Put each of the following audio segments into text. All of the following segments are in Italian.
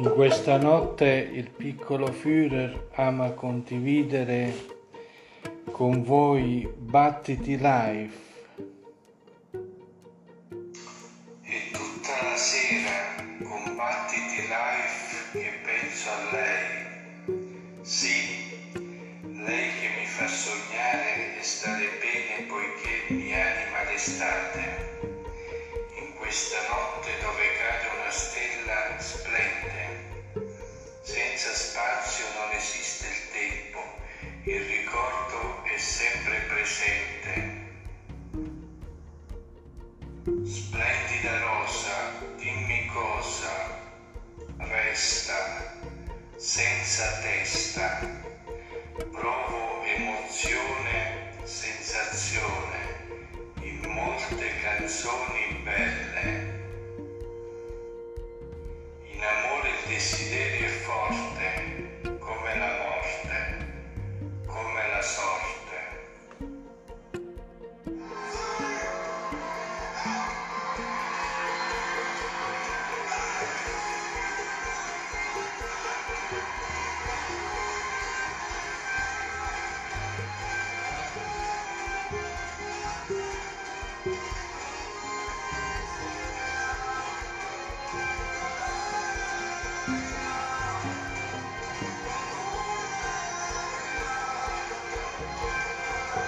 In questa notte il piccolo Führer ama condividere con voi Battiti Life. E tutta la sera con Battiti Life che penso a lei. Sì, lei che mi fa sognare e stare bene poiché mi anima l'estate. In questa notte dove cade una stella splende. Senza spazio non esiste il tempo, il ricordo è sempre presente. Splendida rosa, dimmi cosa resta senza testa. Provo emozione, sensazione in molte canzoni belle. In amore il desiderio è forte, come la morte, come la sorte.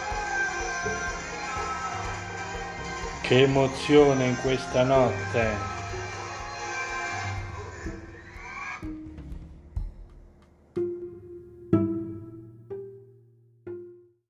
Che emozione in questa notte!